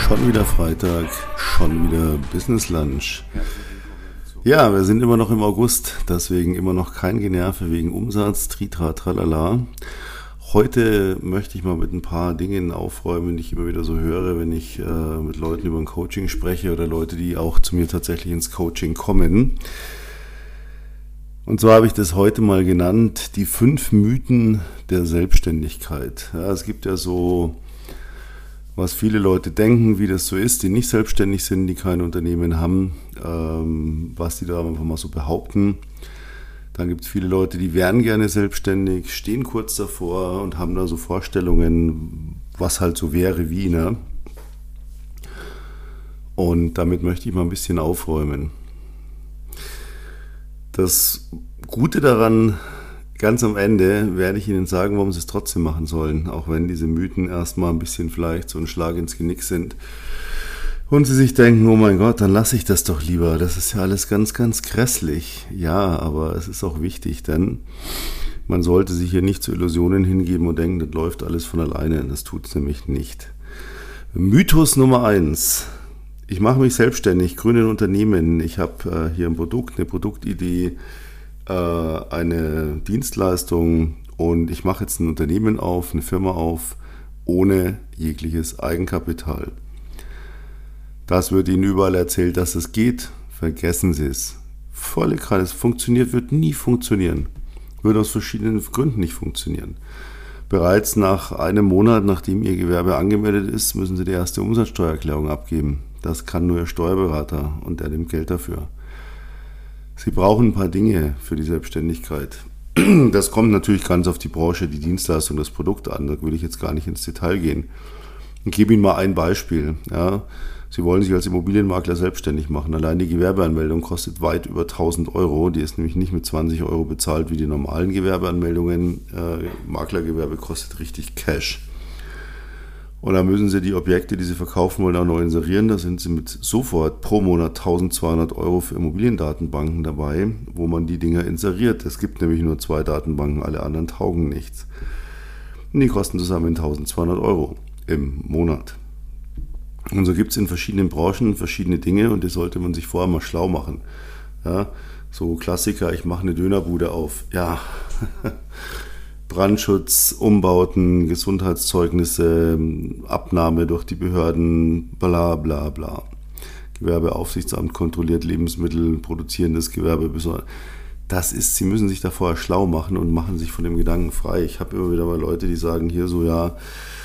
Schon wieder Freitag, schon wieder Business Lunch. Ja, wir sind immer noch im August, deswegen immer noch kein Generve wegen Umsatz, Tritra, Tralala. Heute möchte ich mal mit ein paar Dingen aufräumen, die ich immer wieder so höre, wenn ich mit Leuten über ein Coaching spreche oder Leute, die auch zu mir tatsächlich ins Coaching kommen. Und zwar habe ich das heute mal genannt, die 5 Mythen der Selbstständigkeit. Ja, es gibt ja so, was viele Leute denken, wie das so ist, die nicht selbstständig sind, die kein Unternehmen haben, was die da einfach mal so behaupten. Dann gibt es viele Leute, die wären gerne selbstständig, stehen kurz davor und haben da so Vorstellungen, was halt so wäre wie, ne? Und damit möchte ich mal ein bisschen aufräumen. Das Gute daran, ganz am Ende werde ich Ihnen sagen, warum Sie es trotzdem machen sollen, auch wenn diese Mythen erstmal ein bisschen vielleicht so ein Schlag ins Genick sind. Und Sie sich denken, oh mein Gott, dann lasse ich das doch lieber, das ist ja alles ganz, ganz grässlich. Ja, aber es ist auch wichtig, denn man sollte sich hier nicht zu Illusionen hingeben und denken, das läuft alles von alleine, das tut es nämlich nicht. Mythos Nummer 1. Ich mache mich selbstständig, gründe ein Unternehmen, ich habe hier ein Produkt, eine Produktidee, eine Dienstleistung und ich mache jetzt ein Unternehmen auf, eine Firma auf, ohne jegliches Eigenkapital. Das wird Ihnen überall erzählt, dass es geht. Vergessen Sie es. Volle Kralle, es funktioniert, wird nie funktionieren. Wird aus verschiedenen Gründen nicht funktionieren. Bereits nach einem Monat, nachdem Ihr Gewerbe angemeldet ist, müssen Sie die erste Umsatzsteuererklärung abgeben. Das kann nur Ihr Steuerberater und der nimmt Geld dafür. Sie brauchen ein paar Dinge für die Selbstständigkeit. Das kommt natürlich ganz auf die Branche, die Dienstleistung, das Produkt an. Da will ich jetzt gar nicht ins Detail gehen. Ich gebe Ihnen mal ein Beispiel. Ja, Sie wollen sich als Immobilienmakler selbstständig machen. Allein die Gewerbeanmeldung kostet weit über 1.000 Euro. Die ist nämlich nicht mit 20 Euro bezahlt wie die normalen Gewerbeanmeldungen. Maklergewerbe kostet richtig Cash. Und dann müssen Sie die Objekte, die Sie verkaufen wollen, auch neu inserieren. Da sind Sie mit sofort pro Monat 1.200 Euro für Immobiliendatenbanken dabei, wo man die Dinger inseriert. Es gibt nämlich nur 2 Datenbanken, alle anderen taugen nichts. Und die kosten zusammen 1.200 Euro im Monat. Und so gibt es in verschiedenen Branchen verschiedene Dinge und die sollte man sich vorher mal schlau machen. Ja, so Klassiker, ich mache eine Dönerbude auf. Ja, Brandschutz, Umbauten, Gesundheitszeugnisse, Abnahme durch die Behörden, bla bla bla. Gewerbeaufsichtsamt kontrolliert Lebensmittel, produzierendes Gewerbe. Das ist, Sie müssen sich da vorher schlau machen und machen sich von dem Gedanken frei. Ich habe immer wieder mal Leute, die sagen hier so, ja,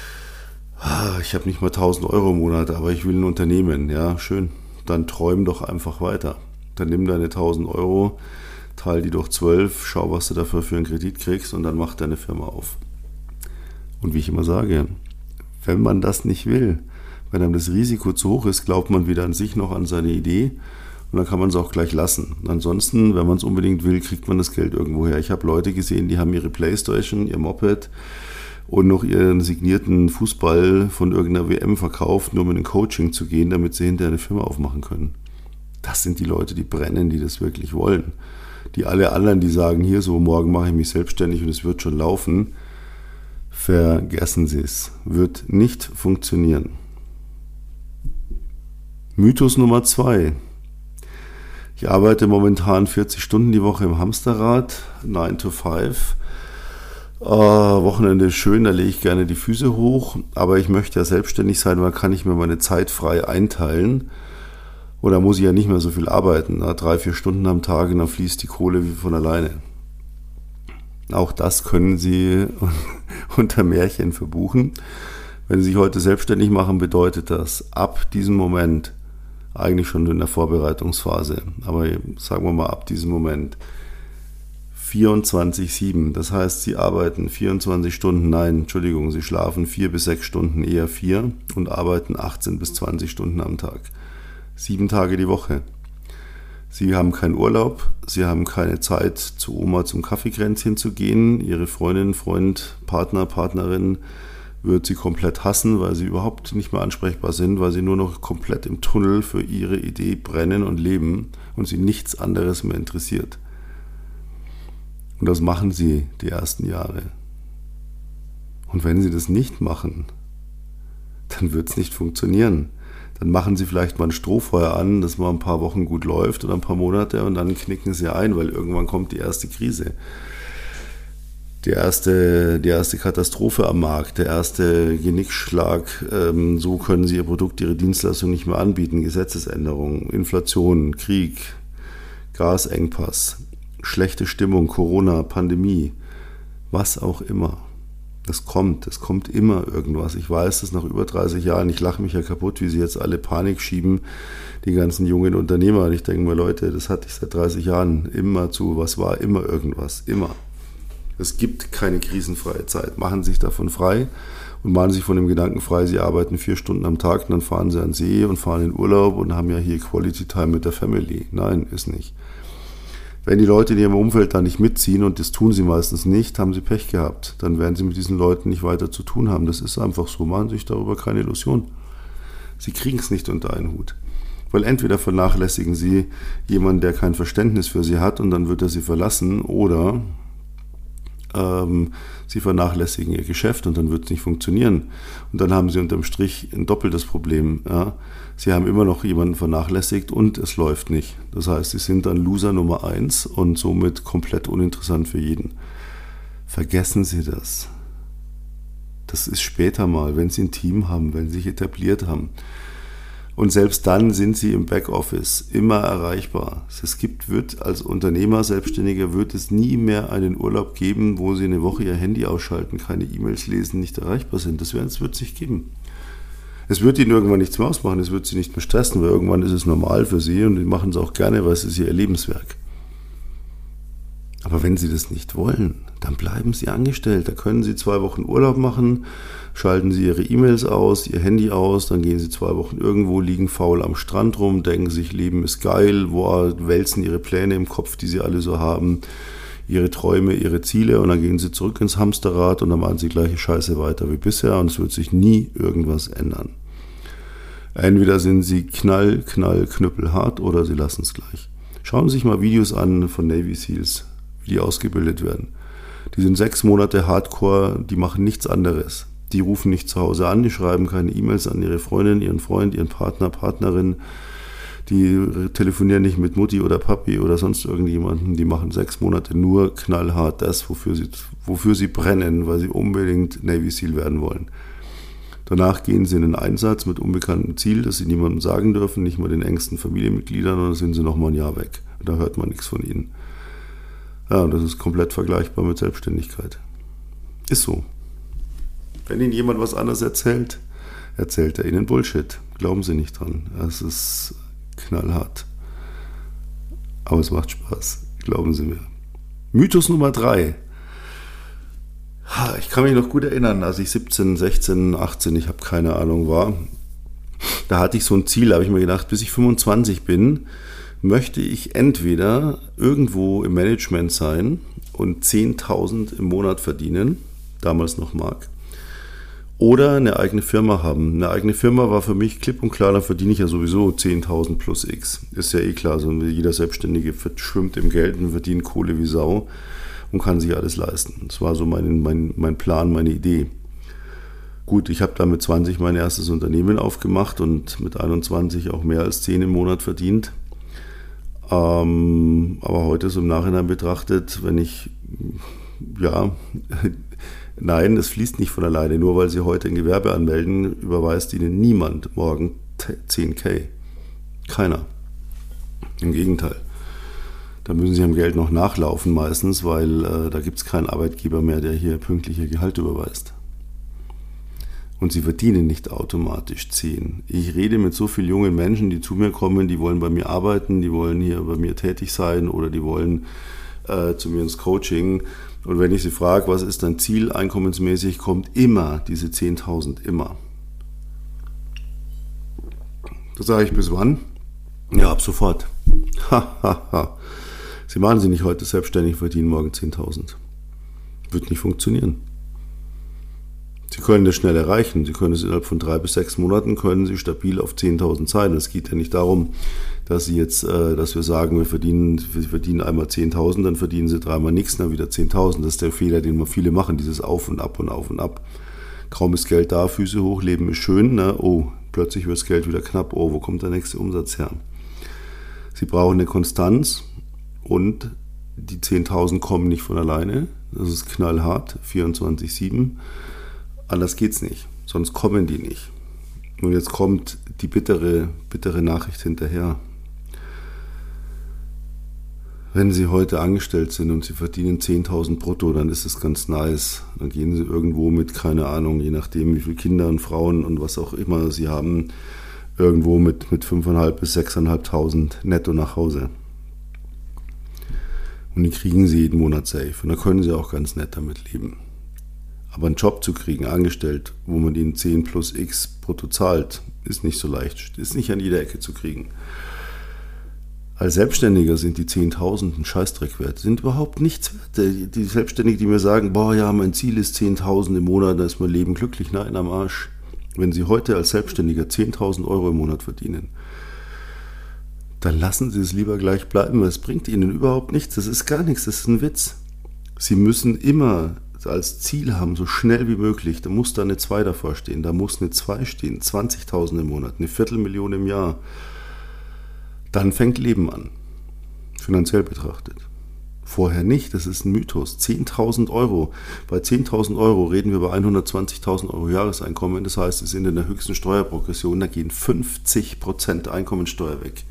ich habe nicht mal 1.000 Euro im Monat, aber ich will ein Unternehmen. Ja, schön, dann träum doch einfach weiter. Dann nimm deine 1.000 Euro, teile die durch 12, schau, was du dafür für einen Kredit kriegst und dann mach deine Firma auf. Und wie ich immer sage, wenn man das nicht will, wenn einem das Risiko zu hoch ist, glaubt man weder an sich noch an seine Idee und dann kann man es auch gleich lassen. Ansonsten, wenn man es unbedingt will, kriegt man das Geld irgendwo her. Ich habe Leute gesehen, die haben ihre Playstation, ihr Moped und noch ihren signierten Fußball von irgendeiner WM verkauft, nur um in ein Coaching zu gehen, damit sie hinterher eine Firma aufmachen können. Das sind die Leute, die brennen, die das wirklich wollen. Die alle anderen, die sagen, hier so, morgen mache ich mich selbstständig und es wird schon laufen, vergessen Sie es. Wird nicht funktionieren. Mythos Nummer 2. Ich arbeite momentan 40 Stunden die Woche im Hamsterrad, 9 to 5. Wochenende ist schön, da lege ich gerne die Füße hoch, aber ich möchte ja selbstständig sein, weil kann ich mir meine Zeit frei einteilen. Oder muss ich ja nicht mehr so viel arbeiten, 3-4 Stunden am Tag und dann fließt die Kohle wie von alleine. Auch das können Sie unter Märchen verbuchen. Wenn Sie sich heute selbstständig machen, bedeutet das ab diesem Moment, eigentlich schon in der Vorbereitungsphase, aber sagen wir mal ab diesem Moment, 24/7. Das heißt, Sie arbeiten 24 Stunden, Sie schlafen 4 bis 6 Stunden, eher 4 und arbeiten 18 bis 20 Stunden am Tag. 7 Tage die Woche. Sie haben keinen Urlaub, Sie haben keine Zeit, zu Oma zum Kaffeekränzchen zu gehen. Ihre Freundin, Freund, Partner, Partnerin wird Sie komplett hassen, weil Sie überhaupt nicht mehr ansprechbar sind, weil Sie nur noch komplett im Tunnel für Ihre Idee brennen und leben und Sie nichts anderes mehr interessiert. Und das machen Sie die ersten Jahre. Und wenn Sie das nicht machen, dann wird es nicht funktionieren. Dann machen sie vielleicht mal ein Strohfeuer an, das mal ein paar Wochen gut läuft oder ein paar Monate und dann knicken sie ein, weil irgendwann kommt die erste Krise. Die erste Katastrophe am Markt, der erste Genickschlag, so können sie ihr Produkt, ihre Dienstleistung nicht mehr anbieten. Gesetzesänderungen, Inflation, Krieg, Gasengpass, schlechte Stimmung, Corona, Pandemie, was auch immer. Es kommt immer irgendwas. Ich weiß das nach über 30 Jahren, ich lache mich ja kaputt, wie sie jetzt alle Panik schieben, die ganzen jungen Unternehmer. Und ich denke mir, Leute, das hatte ich seit 30 Jahren immer zu, was war immer irgendwas, immer. Es gibt keine krisenfreie Zeit. Machen Sie sich davon frei und machen sich von dem Gedanken frei, Sie arbeiten 4 Stunden am Tag und dann fahren Sie an den See und fahren in Urlaub und haben ja hier Quality Time mit der Family. Nein, ist nicht. Wenn die Leute in ihrem Umfeld da nicht mitziehen, und das tun sie meistens nicht, haben sie Pech gehabt. Dann werden sie mit diesen Leuten nicht weiter zu tun haben. Das ist einfach so. Machen Sie sich darüber keine Illusion. Sie kriegen es nicht unter einen Hut. Weil entweder vernachlässigen Sie jemanden, der kein Verständnis für Sie hat und dann wird er Sie verlassen, oder Sie vernachlässigen Ihr Geschäft und dann wird es nicht funktionieren. Und dann haben Sie unterm Strich ein doppeltes Problem. Ja? Sie haben immer noch jemanden vernachlässigt und es läuft nicht. Das heißt, Sie sind dann Loser Nummer 1 und somit komplett uninteressant für jeden. Vergessen Sie das. Das ist später mal, wenn Sie ein Team haben, wenn Sie sich etabliert haben. Und selbst dann sind Sie im Backoffice immer erreichbar. Als Unternehmer, Selbstständiger, wird es nie mehr einen Urlaub geben, wo Sie eine Woche Ihr Handy ausschalten, keine E-Mails lesen, nicht erreichbar sind. Das wird es nicht geben. Es wird Ihnen irgendwann nichts mehr ausmachen, es wird Sie nicht mehr stressen, weil irgendwann ist es normal für Sie und Sie machen es auch gerne, weil es ist Ihr Lebenswerk. Aber wenn Sie das nicht wollen, dann bleiben Sie angestellt. Da können Sie 2 Wochen Urlaub machen, schalten Sie Ihre E-Mails aus, Ihr Handy aus, dann gehen Sie 2 Wochen irgendwo, liegen faul am Strand rum, denken sich, Leben ist geil, wälzen Ihre Pläne im Kopf, die Sie alle so haben, Ihre Träume, Ihre Ziele, und dann gehen Sie zurück ins Hamsterrad und dann machen Sie die gleiche Scheiße weiter wie bisher und es wird sich nie irgendwas ändern. Entweder sind Sie knüppelhart oder Sie lassen es gleich. Schauen Sie sich mal Videos an von Navy Seals, wie die ausgebildet werden. Die sind 6 Monate Hardcore, die machen nichts anderes. Die rufen nicht zu Hause an, die schreiben keine E-Mails an ihre Freundin, ihren Freund, ihren Partner, Partnerin. Die telefonieren nicht mit Mutti oder Papi oder sonst irgendjemanden. Die machen 6 Monate nur knallhart das, wofür sie brennen, weil sie unbedingt Navy Seal werden wollen. Danach gehen sie in einen Einsatz mit unbekanntem Ziel, das sie niemandem sagen dürfen, nicht mal den engsten Familienmitgliedern, und dann sind sie nochmal ein Jahr weg. Da hört man nichts von ihnen. Ja, das ist komplett vergleichbar mit Selbstständigkeit. Ist so. Wenn Ihnen jemand was anderes erzählt, erzählt er Ihnen Bullshit. Glauben Sie nicht dran. Es ist knallhart. Aber es macht Spaß. Glauben Sie mir. Mythos Nummer 3. Ich kann mich noch gut erinnern, als ich 17, 16, 18, ich habe keine Ahnung, war. Da hatte ich so ein Ziel, da habe ich mir gedacht, bis ich 25 bin, möchte ich entweder irgendwo im Management sein und 10.000 im Monat verdienen, damals noch Mark, oder eine eigene Firma haben. Eine eigene Firma war für mich klipp und klar, da verdiene ich ja sowieso 10.000 plus X. Ist ja eh klar, so jeder Selbstständige schwimmt im Geld und verdient Kohle wie Sau und kann sich alles leisten. Das war so mein Plan, meine Idee. Gut, ich habe da mit 20 mein erstes Unternehmen aufgemacht und mit 21 auch mehr als 10 im Monat verdient. Aber heute so im Nachhinein betrachtet, nein, es fließt nicht von alleine. Nur weil Sie heute ein Gewerbe anmelden, überweist Ihnen niemand morgen 10.000. Keiner. Im Gegenteil. Da müssen Sie am Geld noch nachlaufen meistens, weil da gibt es keinen Arbeitgeber mehr, der hier pünktlich Ihr Gehalt überweist. Und Sie verdienen nicht automatisch 10. Ich rede mit so vielen jungen Menschen, die zu mir kommen, die wollen bei mir arbeiten, die wollen hier bei mir tätig sein oder die wollen zu mir ins Coaching. Und wenn ich sie frage, was ist dein Ziel einkommensmäßig, kommt immer diese 10.000, immer. Da sage ich, bis wann? Ja, ab sofort. Sie machen sich nicht heute selbstständig, verdienen morgen 10.000. Wird nicht funktionieren. Sie können das schnell erreichen. Sie können es innerhalb von 3 bis 6 Monaten können Sie stabil auf 10.000 sein. Es geht ja nicht darum, dass wir sagen, wir verdienen einmal 10.000, dann verdienen Sie 3-mal nichts, dann wieder 10.000. Das ist der Fehler, den viele machen, dieses Auf und Ab und Auf und Ab. Kaum ist Geld da, Füße hoch, Leben ist schön. Ne? Oh, Plötzlich wird das Geld wieder knapp. Oh, wo kommt der nächste Umsatz her? Sie brauchen eine Konstanz und die 10.000 kommen nicht von alleine. Das ist knallhart, 24/7. Anders geht's nicht, sonst kommen die nicht. Und jetzt kommt die bittere Nachricht hinterher. Wenn Sie heute angestellt sind und Sie verdienen 10.000 brutto, dann ist es ganz nice. Dann gehen Sie irgendwo mit, keine Ahnung, je nachdem wie viele Kinder und Frauen und was auch immer Sie haben, irgendwo mit 5.500 bis 6.500 netto nach Hause. Und die kriegen Sie jeden Monat safe. Und da können Sie auch ganz nett damit leben. Aber einen Job zu kriegen, angestellt, wo man Ihnen 10 plus X brutto zahlt, ist nicht so leicht. Ist nicht an jeder Ecke zu kriegen. Als Selbstständiger sind die 10.000 ein Scheißdreck wert, sind überhaupt nichts wert. Die Selbstständigen, die mir sagen, boah ja, mein Ziel ist 10.000 im Monat, da ist mein Leben glücklich, nein, am Arsch. Wenn Sie heute als Selbstständiger 10.000 Euro im Monat verdienen, dann lassen Sie es lieber gleich bleiben, weil es bringt Ihnen überhaupt nichts, das ist gar nichts, das ist ein Witz. Sie müssen immer als Ziel haben, so schnell wie möglich, da muss da eine 2 davor stehen, da muss eine 2 stehen, 20.000 im Monat, eine Viertelmillion im Jahr. Dann fängt Leben an, finanziell betrachtet. Vorher nicht, das ist ein Mythos. 10.000 Euro. Bei 10.000 Euro reden wir über 120.000 Euro Jahreseinkommen. Das heißt, Sie sind in der höchsten Steuerprogression, da gehen 50% Einkommensteuer weg.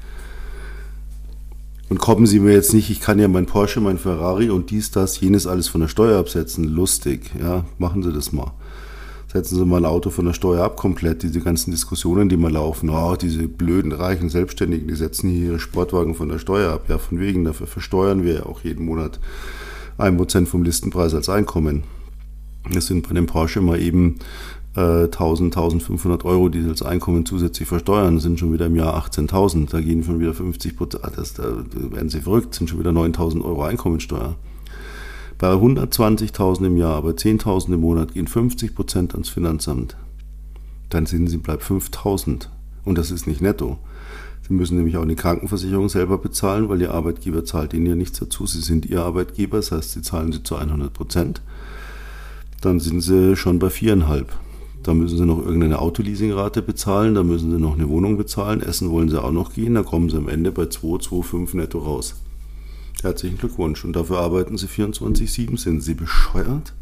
Und kommen Sie mir jetzt nicht, ich kann ja mein Porsche, mein Ferrari und dies, das, jenes alles von der Steuer absetzen. Lustig, ja, machen Sie das mal. Setzen Sie mal ein Auto von der Steuer ab komplett, diese ganzen Diskussionen, die mal laufen. Oh, diese blöden, reichen Selbstständigen, die setzen hier ihre Sportwagen von der Steuer ab. Ja, von wegen, dafür versteuern wir ja auch jeden Monat 1% vom Listenpreis als Einkommen. Das sind bei dem Porsche mal eben 1.000, 1.500 Euro, die sie als Einkommen zusätzlich versteuern, sind schon wieder im Jahr 18.000. Da gehen schon wieder 50%, da werden sie verrückt, sind schon wieder 9.000 Euro Einkommensteuer. Bei 120.000 im Jahr, bei 10.000 im Monat gehen 50% ans Finanzamt. Dann bleibt 5.000. Und das ist nicht netto. Sie müssen nämlich auch eine Krankenversicherung selber bezahlen, weil Ihr Arbeitgeber zahlt Ihnen ja nichts dazu. Sie sind Ihr Arbeitgeber, das heißt, Sie zahlen Sie zu 100%. Dann sind Sie schon bei 4,5. Da müssen Sie noch irgendeine Autoleasingrate bezahlen, da müssen Sie noch eine Wohnung bezahlen, essen wollen Sie auch noch gehen, da kommen Sie am Ende bei 2,25 netto raus. Herzlichen Glückwunsch. Und dafür arbeiten Sie 24/7. Sind Sie bescheuert?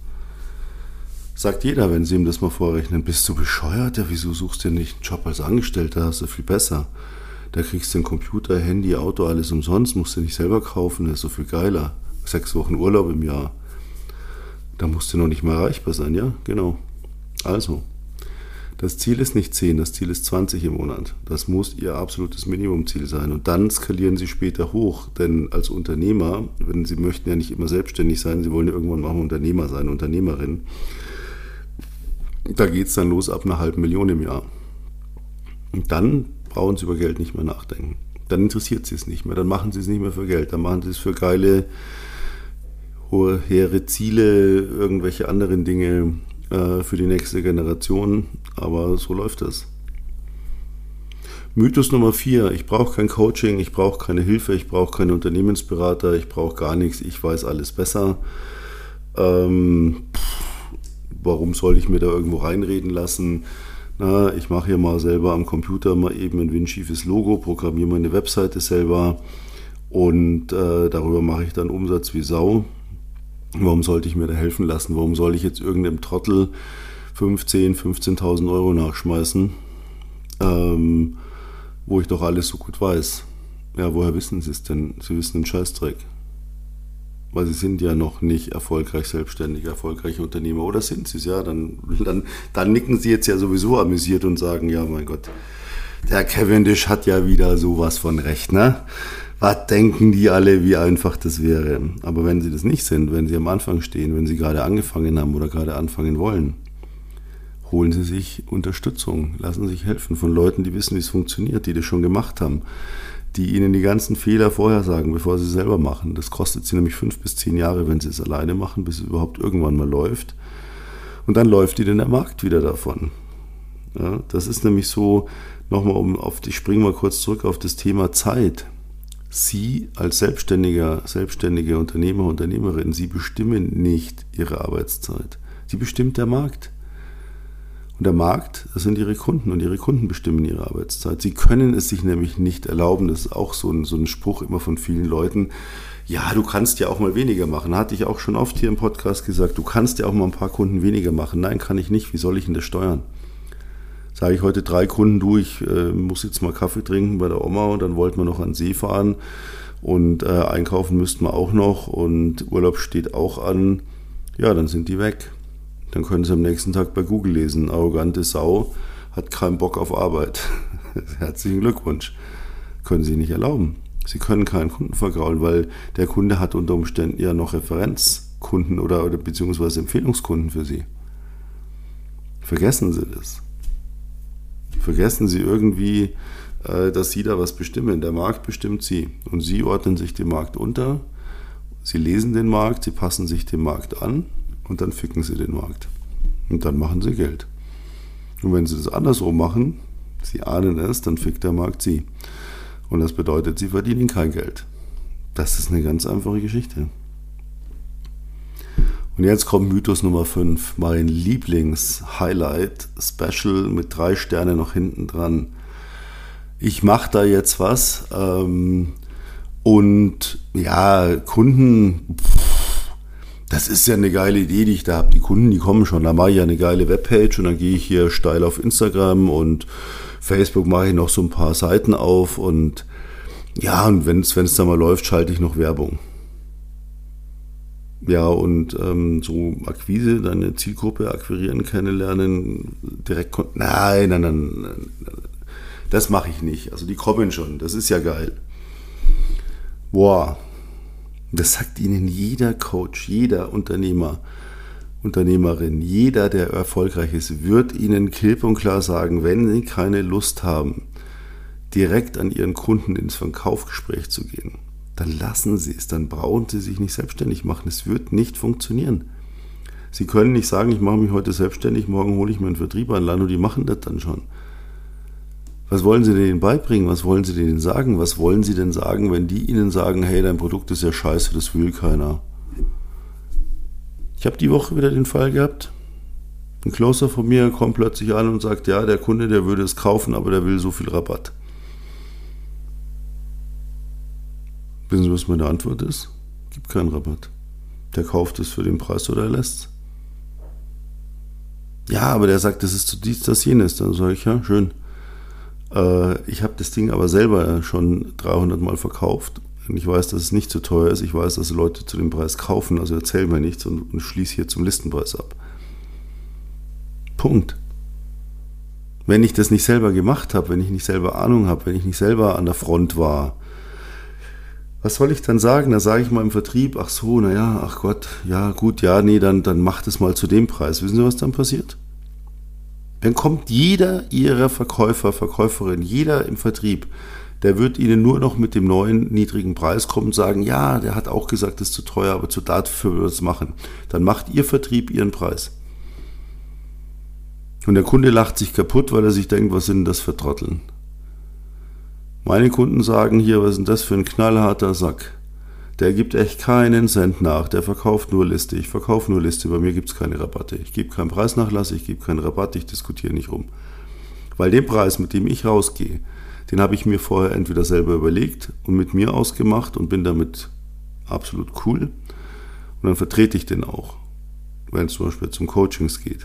Sagt jeder, wenn Sie ihm das mal vorrechnen. Bist du bescheuert? Ja, wieso suchst du nicht einen Job als Angestellter? Das ist ja viel besser. Da kriegst du einen Computer, Handy, Auto, alles umsonst. Musst du nicht selber kaufen. Das ist so viel geiler. 6 Wochen Urlaub im Jahr. Da musst du noch nicht mal erreichbar sein. Ja, genau. Also, das Ziel ist nicht 10, das Ziel ist 20 im Monat. Das muss Ihr absolutes Minimumziel sein. Und dann skalieren Sie später hoch. Denn als Unternehmer, Sie möchten ja nicht immer selbstständig sein, Sie wollen ja irgendwann mal Unternehmer sein, Unternehmerin. Da geht es dann los ab 500.000 im Jahr. Und dann brauchen Sie über Geld nicht mehr nachdenken. Dann interessiert Sie es nicht mehr. Dann machen Sie es nicht mehr für Geld. Dann machen Sie es für geile, hohe, hehre Ziele, irgendwelche anderen Dinge, für die nächste Generation, aber so läuft das. Mythos Nummer 4, ich brauche kein Coaching, ich brauche keine Hilfe, ich brauche keinen Unternehmensberater, ich brauche gar nichts, ich weiß alles besser. Warum soll ich mir da irgendwo reinreden lassen? Na, ich mache hier mal selber am Computer mal eben ein windschiefes Logo, programmiere meine Webseite selber und darüber mache ich dann Umsatz wie Sau. Warum sollte ich mir da helfen lassen? Warum soll ich jetzt irgendeinem Trottel 15.000 Euro nachschmeißen, wo ich doch alles so gut weiß? Ja, woher wissen Sie es denn? Sie wissen einen Scheißdreck. Weil Sie sind ja noch nicht erfolgreich Selbstständiger, erfolgreiche Unternehmer. Oder sind Sie es? Ja, dann nicken Sie jetzt ja sowieso amüsiert und sagen, ja, mein Gott, der Cavendish hat ja wieder sowas von recht, ne? Was denken die alle, wie einfach das wäre? Aber wenn Sie das nicht sind, wenn Sie am Anfang stehen, wenn Sie gerade angefangen haben oder gerade anfangen wollen, holen Sie sich Unterstützung, lassen Sie sich helfen von Leuten, die wissen, wie es funktioniert, die das schon gemacht haben, die Ihnen die ganzen Fehler vorher sagen, bevor Sie es selber machen. Das kostet Sie nämlich 5 bis 10 Jahre, wenn Sie es alleine machen, bis es überhaupt irgendwann mal läuft. Und dann läuft Ihnen der Markt wieder davon. Ja, das ist nämlich so, nochmal ich springe mal kurz zurück auf das Thema Zeit. Sie als selbstständige Unternehmer, Unternehmerin, Sie bestimmen nicht Ihre Arbeitszeit. Sie bestimmt der Markt. Und der Markt, das sind ihre Kunden und ihre Kunden bestimmen ihre Arbeitszeit. Sie können es sich nämlich nicht erlauben, das ist auch so ein Spruch immer von vielen Leuten, ja, du kannst ja auch mal weniger machen. Hatte ich auch schon oft hier im Podcast gesagt, du kannst ja auch mal ein paar Kunden weniger machen. Nein, kann ich nicht. Wie soll ich denn das steuern? Sage ich heute 3 Kunden, du, ich muss jetzt mal Kaffee trinken bei der Oma und dann wollten wir noch an den See fahren und einkaufen müssten wir auch noch und Urlaub steht auch an. Ja, dann sind die weg. Dann können Sie am nächsten Tag bei Google lesen, arrogante Sau hat keinen Bock auf Arbeit. Herzlichen Glückwunsch. Können Sie nicht erlauben. Sie können keinen Kunden vergraulen, weil der Kunde hat unter Umständen ja noch Referenzkunden oder beziehungsweise Empfehlungskunden für Sie. Vergessen Sie das. Vergessen Sie irgendwie, dass Sie da was bestimmen. Der Markt bestimmt Sie und Sie ordnen sich dem Markt unter. Sie lesen den Markt, Sie passen sich dem Markt an und dann ficken Sie den Markt. Und dann machen Sie Geld. Und wenn Sie das andersrum machen, Sie ahnen es, dann fickt der Markt Sie. Und das bedeutet, Sie verdienen kein Geld. Das ist eine ganz einfache Geschichte. Und jetzt kommt Mythos Nummer 5, mein Lieblings-Highlight-Special mit 3 Sternen noch hinten dran. Ich mache da jetzt was und ja, Kunden, das ist ja eine geile Idee, die ich da habe. Die Kunden, die kommen schon, da mache ich ja eine geile Webpage und dann gehe ich hier steil auf Instagram und Facebook mache ich noch so ein paar Seiten auf und ja, und wenn es da mal läuft, schalte ich noch Werbung. Ja, und so Akquise, deine Zielgruppe akquirieren, kennenlernen, direkt, nein, das mache ich nicht. Also die kommen schon, das ist ja geil. Boah, das sagt Ihnen jeder Coach, jeder Unternehmer, Unternehmerin, jeder, der erfolgreich ist, wird Ihnen klipp und klar sagen, wenn Sie keine Lust haben, direkt an Ihren Kunden ins Verkaufsgespräch zu gehen, dann lassen Sie es, dann brauchen Sie sich nicht selbstständig machen. Es wird nicht funktionieren. Sie können nicht sagen, ich mache mich heute selbstständig, morgen hole ich mir einen Vertrieb an Land und die machen das dann schon. Was wollen Sie denen beibringen? Was wollen Sie denen sagen? Was wollen Sie denn sagen, wenn die Ihnen sagen, hey, dein Produkt ist ja scheiße, das will keiner? Ich habe die Woche wieder den Fall gehabt, ein Closer von mir kommt plötzlich an und sagt, ja, der Kunde, der würde es kaufen, aber der will so viel Rabatt. Wissen Sie, was meine Antwort ist? Gibt keinen Rabatt. Der kauft es für den Preis oder er lässt es. Ja, aber der sagt, das ist dies, das, jenes. Dann sage ich, ja, schön. Ich habe das Ding aber selber schon 300 Mal verkauft. Und ich weiß, dass es nicht zu teuer ist. Ich weiß, dass Leute zu dem Preis kaufen. Also erzähl mir nichts und schließe hier zum Listenpreis ab. Punkt. Wenn ich das nicht selber gemacht habe, wenn ich nicht selber Ahnung habe, wenn ich nicht selber an der Front war, was soll ich dann sagen? Da sage ich mal im Vertrieb, ach so, naja, ach Gott, ja gut, ja, nee, dann macht es mal zu dem Preis. Wissen Sie, was dann passiert? Dann kommt jeder Ihrer Verkäufer, Verkäuferin, jeder im Vertrieb, der wird Ihnen nur noch mit dem neuen niedrigen Preis kommen und sagen, ja, der hat auch gesagt, das ist zu teuer, aber dafür würde es machen. Dann macht Ihr Vertrieb Ihren Preis. Und der Kunde lacht sich kaputt, weil er sich denkt, was sind das für Trotteln? Meine Kunden sagen hier, was ist denn das für ein knallharter Sack? Der gibt echt keinen Cent nach, der verkauft nur Liste. Ich verkaufe nur Liste, bei mir gibt es keine Rabatte. Ich gebe keinen Preisnachlass, ich gebe keinen Rabatt, ich diskutiere nicht rum. Weil den Preis, mit dem ich rausgehe, den habe ich mir vorher entweder selber überlegt und mit mir ausgemacht und bin damit absolut cool. Und dann vertrete ich den auch, wenn es zum Beispiel zum Coachings geht.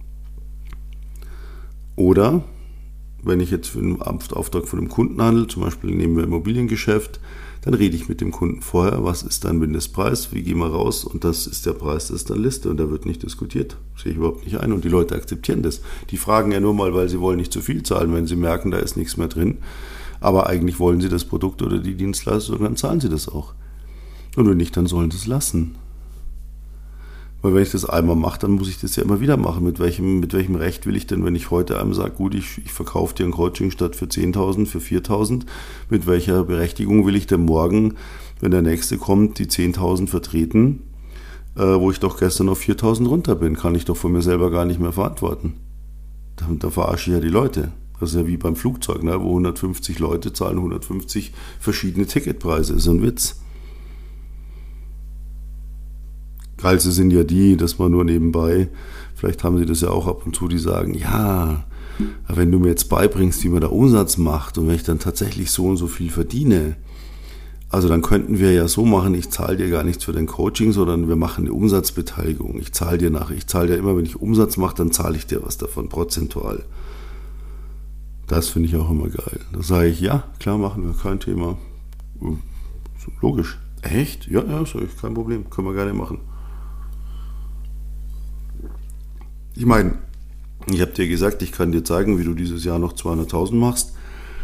Oder wenn ich jetzt für einen Auftrag von einem Kunden handle, zum Beispiel nehmen wir Immobiliengeschäft, dann rede ich mit dem Kunden vorher, was ist dein Mindestpreis, wie gehen wir raus und das ist der Preis, das ist dann Liste und da wird nicht diskutiert. Sehe ich überhaupt nicht ein und die Leute akzeptieren das. Die fragen ja nur mal, weil sie wollen nicht zu viel zahlen, wenn sie merken, da ist nichts mehr drin. Aber eigentlich wollen sie das Produkt oder die Dienstleistung, dann zahlen sie das auch. Und wenn nicht, dann sollen sie es lassen. Weil wenn ich das einmal mache, dann muss ich das ja immer wieder machen. Mit welchem Recht will ich denn, wenn ich heute einem sage, gut, ich verkaufe dir ein Coaching statt für 10.000, für 4.000, mit welcher Berechtigung will ich denn morgen, wenn der Nächste kommt, die 10.000 vertreten, wo ich doch gestern auf 4.000 runter bin, kann ich doch von mir selber gar nicht mehr verantworten. Da verarsche ich ja die Leute. Das ist ja wie beim Flugzeug, ne, wo 150 Leute zahlen 150 verschiedene Ticketpreise. Das ist ein Witz. Geilste sind ja die, dass man nur nebenbei, vielleicht haben sie das ja auch ab und zu, die sagen, ja, wenn du mir jetzt beibringst, wie man da Umsatz macht und wenn ich dann tatsächlich so und so viel verdiene, also dann könnten wir ja so machen, ich zahle dir gar nichts für dein Coaching, sondern wir machen eine Umsatzbeteiligung. Ich zahle dir immer, wenn ich Umsatz mache, dann zahle ich dir was davon, prozentual. Das finde ich auch immer geil. Da sage ich, ja, klar, machen wir, kein Thema. Logisch. Echt? Ja, sage ich, kein Problem, können wir gerne machen. Ich meine, ich habe dir gesagt, ich kann dir zeigen, wie du dieses Jahr noch 200.000 machst.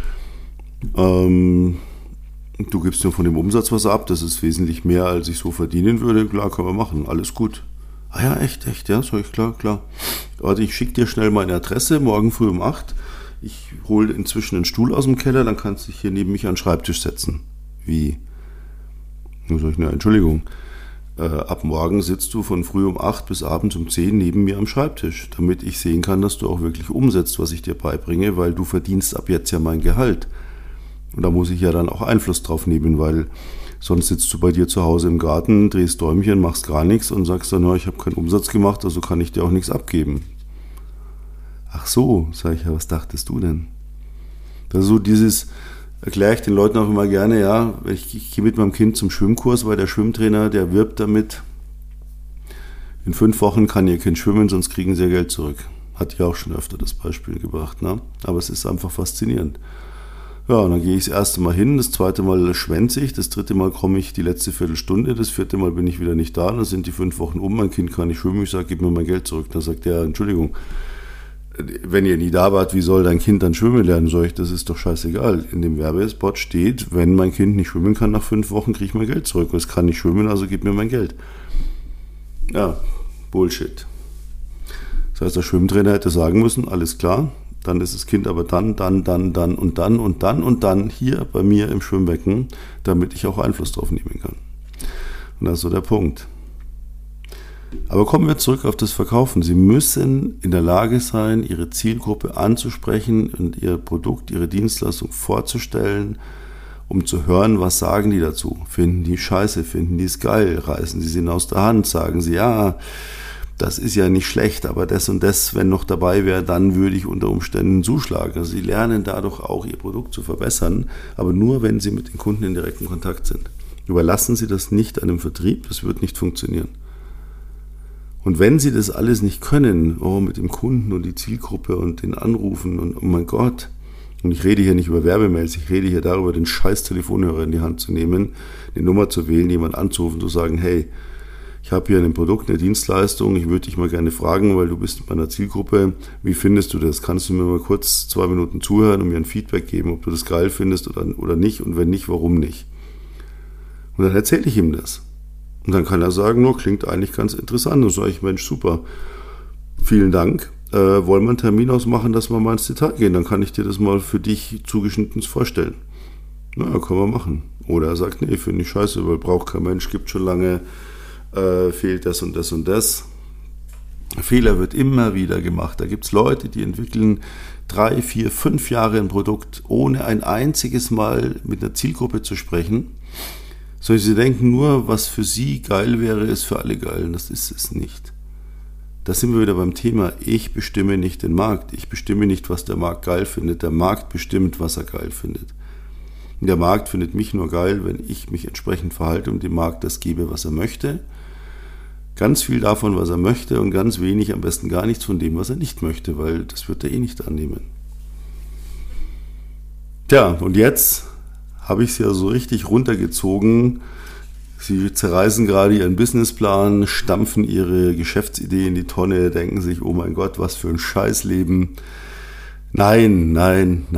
Du gibst mir von dem Umsatz was ab, das ist wesentlich mehr, als ich so verdienen würde. Klar, können wir machen, alles gut. Ah ja, echt, ja, sag ich, klar. Warte, ich schicke dir schnell meine Adresse, morgen früh um 8. Ich hole inzwischen einen Stuhl aus dem Keller, dann kannst du dich hier neben mich an den Schreibtisch setzen. Wie? Dann sag ich, na, Entschuldigung. Ab morgen sitzt du von früh um 8 bis abends um 10 neben mir am Schreibtisch, damit ich sehen kann, dass du auch wirklich umsetzt, was ich dir beibringe, weil du verdienst ab jetzt ja mein Gehalt. Und da muss ich ja dann auch Einfluss drauf nehmen, weil sonst sitzt du bei dir zu Hause im Garten, drehst Däumchen, machst gar nichts und sagst dann, ich habe keinen Umsatz gemacht, also kann ich dir auch nichts abgeben. Ach so, sag ich, ja, was dachtest du denn? Das ist so dieses, erkläre ich den Leuten auch immer gerne, ja, ich gehe mit meinem Kind zum Schwimmkurs, weil der Schwimmtrainer, der wirbt damit, in 5 Wochen kann ihr Kind schwimmen, sonst kriegen sie ihr Geld zurück. Hat ja auch schon öfter das Beispiel gebracht, ne? Aber es ist einfach faszinierend. Ja, und dann gehe ich das erste Mal hin, das zweite Mal schwänze ich, das dritte Mal komme ich die letzte Viertelstunde, das vierte Mal bin ich wieder nicht da, dann sind die 5 Wochen um, mein Kind kann nicht schwimmen, ich sage, gib mir mein Geld zurück. Dann sagt er, Entschuldigung, wenn ihr nie da wart, wie soll dein Kind dann schwimmen lernen? Sag ich, das ist doch scheißegal. In dem Werbespot steht, wenn mein Kind nicht schwimmen kann, nach 5 Wochen kriege ich mein Geld zurück. Es kann nicht schwimmen, also gib mir mein Geld. Ja, Bullshit. Das heißt, der Schwimmtrainer hätte sagen müssen, alles klar, dann ist das Kind aber dann hier bei mir im Schwimmbecken, damit ich auch Einfluss drauf nehmen kann. Und das ist so der Punkt. Aber kommen wir zurück auf das Verkaufen. Sie müssen in der Lage sein, Ihre Zielgruppe anzusprechen und Ihr Produkt, Ihre Dienstleistung vorzustellen, um zu hören, was sagen die dazu. Finden die scheiße, finden die es geil, reißen sie ihn aus der Hand, sagen sie, ja, das ist ja nicht schlecht, aber das und das, wenn noch dabei wäre, dann würde ich unter Umständen zuschlagen. Also Sie lernen dadurch auch Ihr Produkt zu verbessern, aber nur, wenn Sie mit den Kunden in direktem Kontakt sind. Überlassen Sie das nicht einem Vertrieb, das wird nicht funktionieren. Und wenn Sie das alles nicht können, mit dem Kunden und die Zielgruppe und den Anrufen und oh mein Gott, und ich rede hier nicht über Werbemails, ich rede hier darüber, den scheiß Telefonhörer in die Hand zu nehmen, eine Nummer zu wählen, jemanden anzurufen, zu sagen, hey, ich habe hier ein Produkt, eine Dienstleistung, ich würde dich mal gerne fragen, weil du bist in meiner Zielgruppe, wie findest du das? Kannst du mir mal kurz 2 Minuten zuhören und mir ein Feedback geben, ob du das geil findest oder nicht und wenn nicht, warum nicht? Und dann erzähle ich ihm das. Und dann kann er sagen, klingt eigentlich ganz interessant. Und sage ich, Mensch, super, vielen Dank. Wollen wir einen Termin ausmachen, dass wir mal ins Detail gehen? Dann kann ich dir das mal für dich zugeschnitten vorstellen. Na, können wir machen. Oder er sagt, nee, finde ich scheiße, weil braucht kein Mensch, gibt schon lange, fehlt das und das und das. Fehler wird immer wieder gemacht. Da gibt es Leute, die entwickeln 3, 4, 5 Jahre ein Produkt, ohne ein einziges Mal mit einer Zielgruppe zu sprechen. Sie denken nur, was für sie geil wäre, ist für alle geil. Und das ist es nicht. Da sind wir wieder beim Thema, ich bestimme nicht den Markt. Ich bestimme nicht, was der Markt geil findet. Der Markt bestimmt, was er geil findet. Und der Markt findet mich nur geil, wenn ich mich entsprechend verhalte und dem Markt das gebe, was er möchte. Ganz viel davon, was er möchte und ganz wenig, am besten gar nichts von dem, was er nicht möchte, weil das wird er eh nicht annehmen. Tja, und jetzt habe ich es ja so richtig runtergezogen. Sie zerreißen gerade ihren Businessplan, stampfen ihre Geschäftsidee in die Tonne, denken sich, oh mein Gott, was für ein Scheißleben. Nein.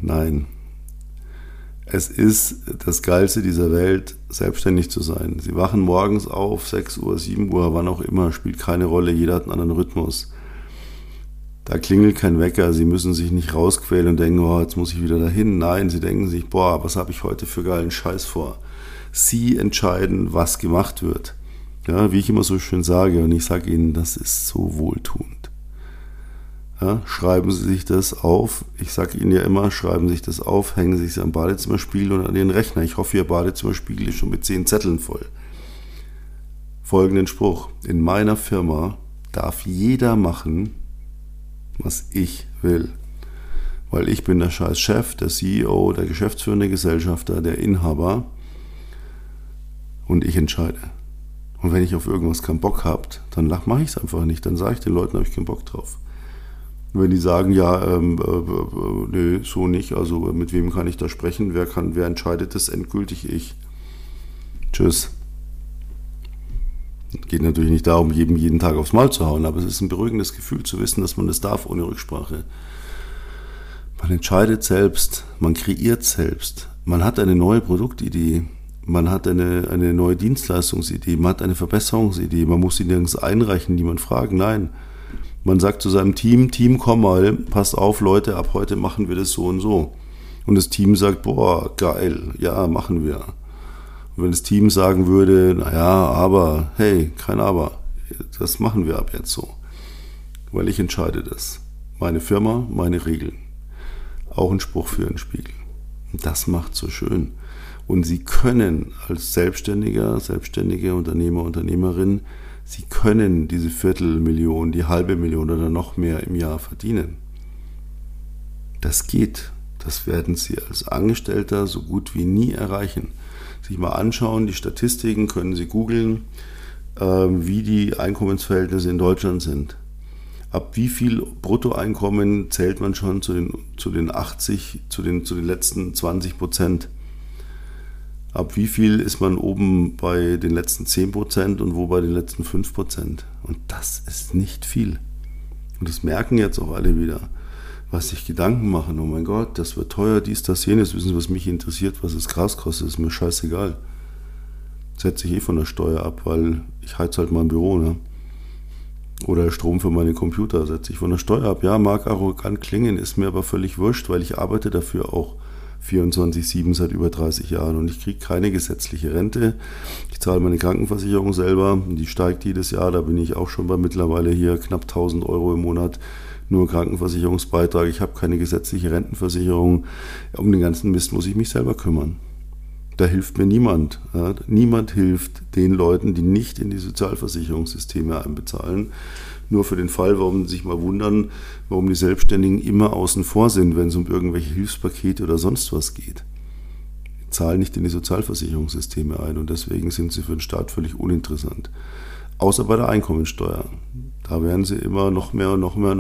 Es ist das Geilste dieser Welt, selbstständig zu sein. Sie wachen morgens auf, 6 Uhr, 7 Uhr, wann auch immer, spielt keine Rolle, jeder hat einen anderen Rhythmus. Da klingelt kein Wecker, Sie müssen sich nicht rausquälen und denken, jetzt muss ich wieder dahin. Nein, Sie denken sich, was habe ich heute für geilen Scheiß vor? Sie entscheiden, was gemacht wird. Ja, wie ich immer so schön sage, und ich sage Ihnen, das ist so wohltuend. Ja, schreiben Sie sich das auf. Ich sage Ihnen ja immer, schreiben Sie sich das auf, hängen Sie es am Badezimmerspiegel und an den Rechner. Ich hoffe, Ihr Badezimmerspiegel ist schon mit 10 Zetteln voll. folgenden Spruch: In meiner Firma darf jeder machen, was ich will. Weil ich bin der scheiß Chef, der CEO, der geschäftsführende Gesellschafter, der Inhaber und ich entscheide. Und wenn ich auf irgendwas keinen Bock habe, dann mache ich es einfach nicht. Dann sage ich den Leuten, habe ich keinen Bock drauf. Und wenn die sagen, ja, nee, so nicht, also mit wem kann ich da sprechen, wer entscheidet das endgültig? Ich. Tschüss. Geht natürlich nicht darum, jedem jeden Tag aufs Maul zu hauen, aber es ist ein beruhigendes Gefühl zu wissen, dass man das darf ohne Rücksprache. Man entscheidet selbst, man kreiert selbst, man hat eine neue Produktidee, man hat eine neue Dienstleistungsidee, man hat eine Verbesserungsidee, man muss sie nirgends einreichen, niemand fragen, nein. Man sagt zu seinem Team, komm mal, passt auf Leute, ab heute machen wir das so und so. Und das Team sagt, boah, geil, ja, machen wir. Und wenn das Team sagen würde, naja, aber, hey, kein Aber, das machen wir ab jetzt so. Weil ich entscheide das. Meine Firma, meine Regeln. Auch ein Spruch für einen Spiegel. Und das macht so schön. Und Sie können als selbstständige Unternehmer, Unternehmerin, Sie können diese Viertelmillion, die halbe Million oder noch mehr im Jahr verdienen. Das geht. Das werden Sie als Angestellter so gut wie nie erreichen. Sich mal anschauen, die Statistiken können Sie googeln, wie die Einkommensverhältnisse in Deutschland sind. Ab wie viel Bruttoeinkommen zählt man schon zu den 80, zu den letzten 20%? Ab wie viel ist man oben bei den letzten 10% und wo bei den letzten 5%? Und das ist nicht viel. Und das merken jetzt auch alle wieder, was sich Gedanken machen. Oh mein Gott, das wird teuer, dies, das, jenes. Wissen Sie, was mich interessiert, was es Gras kostet, ist mir scheißegal. Setze ich von der Steuer ab, weil ich heiz halt mein Büro, ne? Oder Strom für meine Computer setze ich von der Steuer ab. Ja, mag arrogant klingen, ist mir aber völlig wurscht, weil ich arbeite dafür auch 24/7 seit über 30 Jahren und ich kriege keine gesetzliche Rente. Ich zahle meine Krankenversicherung selber, die steigt jedes Jahr, da bin ich auch schon bei mittlerweile hier knapp 1.000 Euro im Monat, nur Krankenversicherungsbeitrag. Ich habe keine gesetzliche Rentenversicherung. Um den ganzen Mist muss ich mich selber kümmern. Da hilft mir niemand. Ja. Niemand hilft den Leuten, die nicht in die Sozialversicherungssysteme einbezahlen. Nur für den Fall, warum Sie sich mal wundern, warum die Selbstständigen immer außen vor sind, wenn es um irgendwelche Hilfspakete oder sonst was geht. Die zahlen nicht in die Sozialversicherungssysteme ein und deswegen sind sie für den Staat völlig uninteressant. Außer bei der Einkommensteuer. Da werden sie immer noch mehr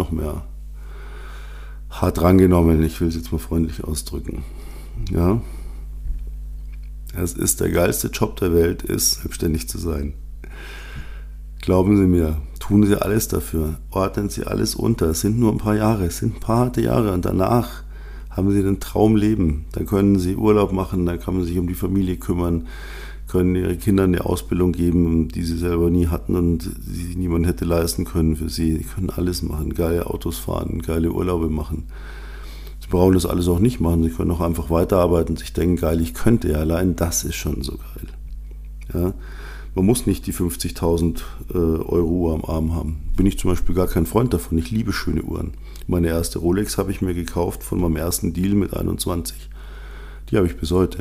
hart rangenommen. Ich will es jetzt mal freundlich ausdrücken. Ja. Es ist der geilste Job der Welt, ist selbstständig zu sein. Glauben Sie mir, tun Sie alles dafür, ordnen Sie alles unter. Es sind nur ein paar Jahre, es sind ein paar harte Jahre und danach haben Sie den Traumleben. Dann können Sie Urlaub machen, dann kann man sich um die Familie kümmern, können Ihre Kinder eine Ausbildung geben, die Sie selber nie hatten und die niemand hätte leisten können für Sie. Sie können alles machen, geile Autos fahren, geile Urlaube machen. Sie brauchen das alles auch nicht machen, Sie können auch einfach weiterarbeiten und sich denken, geil, ich könnte ja, allein das ist schon so geil. Ja? Man muss nicht die 50.000 Euro Uhr am Arm haben. Bin ich zum Beispiel gar kein Freund davon. Ich liebe schöne Uhren. Meine erste Rolex habe ich mir gekauft von meinem ersten Deal mit 21. Die habe ich bis heute.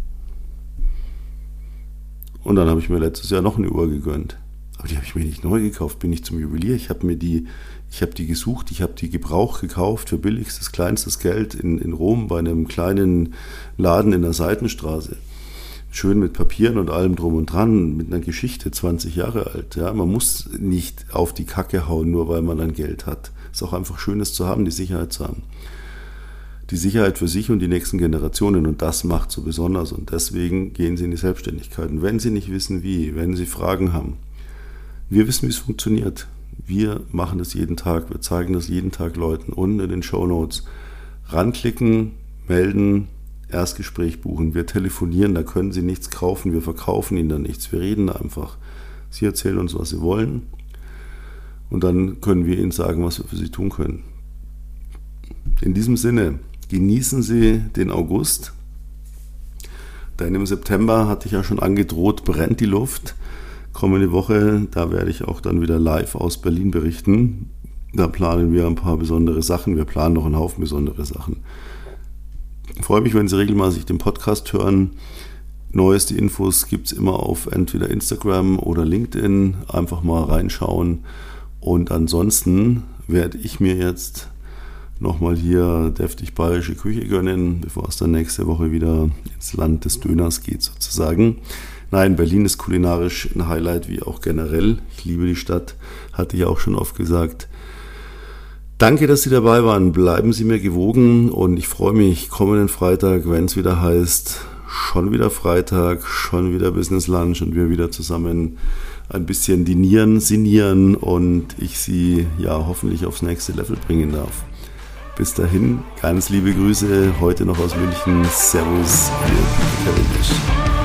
Und dann habe ich mir letztes Jahr noch eine Uhr gegönnt. Aber die habe ich mir nicht neu gekauft, bin ich zum Juwelier. Ich habe die gesucht, ich habe die Gebrauch gekauft für billigstes, kleinstes Geld in Rom bei einem kleinen Laden in der Seitenstraße. Schön mit Papieren und allem drum und dran, mit einer Geschichte, 20 Jahre alt. Ja, man muss nicht auf die Kacke hauen, nur weil man dann Geld hat. Es ist auch einfach Schönes zu haben, die Sicherheit zu haben. Die Sicherheit für sich und die nächsten Generationen und das macht so besonders und deswegen gehen Sie in die Selbstständigkeit. Und wenn Sie nicht wissen wie, wenn Sie Fragen haben, wir wissen, wie es funktioniert. Wir machen das jeden Tag, wir zeigen das jeden Tag Leuten unten in den Shownotes. Ranklicken, melden, Erstgespräch buchen. Wir telefonieren, da können Sie nichts kaufen, wir verkaufen Ihnen da nichts, wir reden einfach. Sie erzählen uns, was Sie wollen und dann können wir Ihnen sagen, was wir für Sie tun können. In diesem Sinne, genießen Sie den August, denn im September hatte ich ja schon angedroht, brennt die Luft. Kommende Woche, da werde ich auch dann wieder live aus Berlin berichten. Da planen wir ein paar besondere Sachen, wir planen noch einen Haufen besondere Sachen. Ich freue mich, wenn Sie regelmäßig den Podcast hören. Neueste Infos gibt es immer auf entweder Instagram oder LinkedIn. Einfach mal reinschauen. Und ansonsten werde ich mir jetzt nochmal hier deftig bayerische Küche gönnen, bevor es dann nächste Woche wieder ins Land des Döners geht sozusagen. Nein, Berlin ist kulinarisch ein Highlight, wie auch generell. Ich liebe die Stadt, hatte ich auch schon oft gesagt. Danke, dass Sie dabei waren. Bleiben Sie mir gewogen und ich freue mich kommenden Freitag, wenn es wieder heißt, schon wieder Freitag, schon wieder Business Lunch und wir wieder zusammen ein bisschen dinieren, sinnieren und ich Sie ja hoffentlich aufs nächste Level bringen darf. Bis dahin, ganz liebe Grüße, heute noch aus München. Servus, Ihr Peter Cavendish.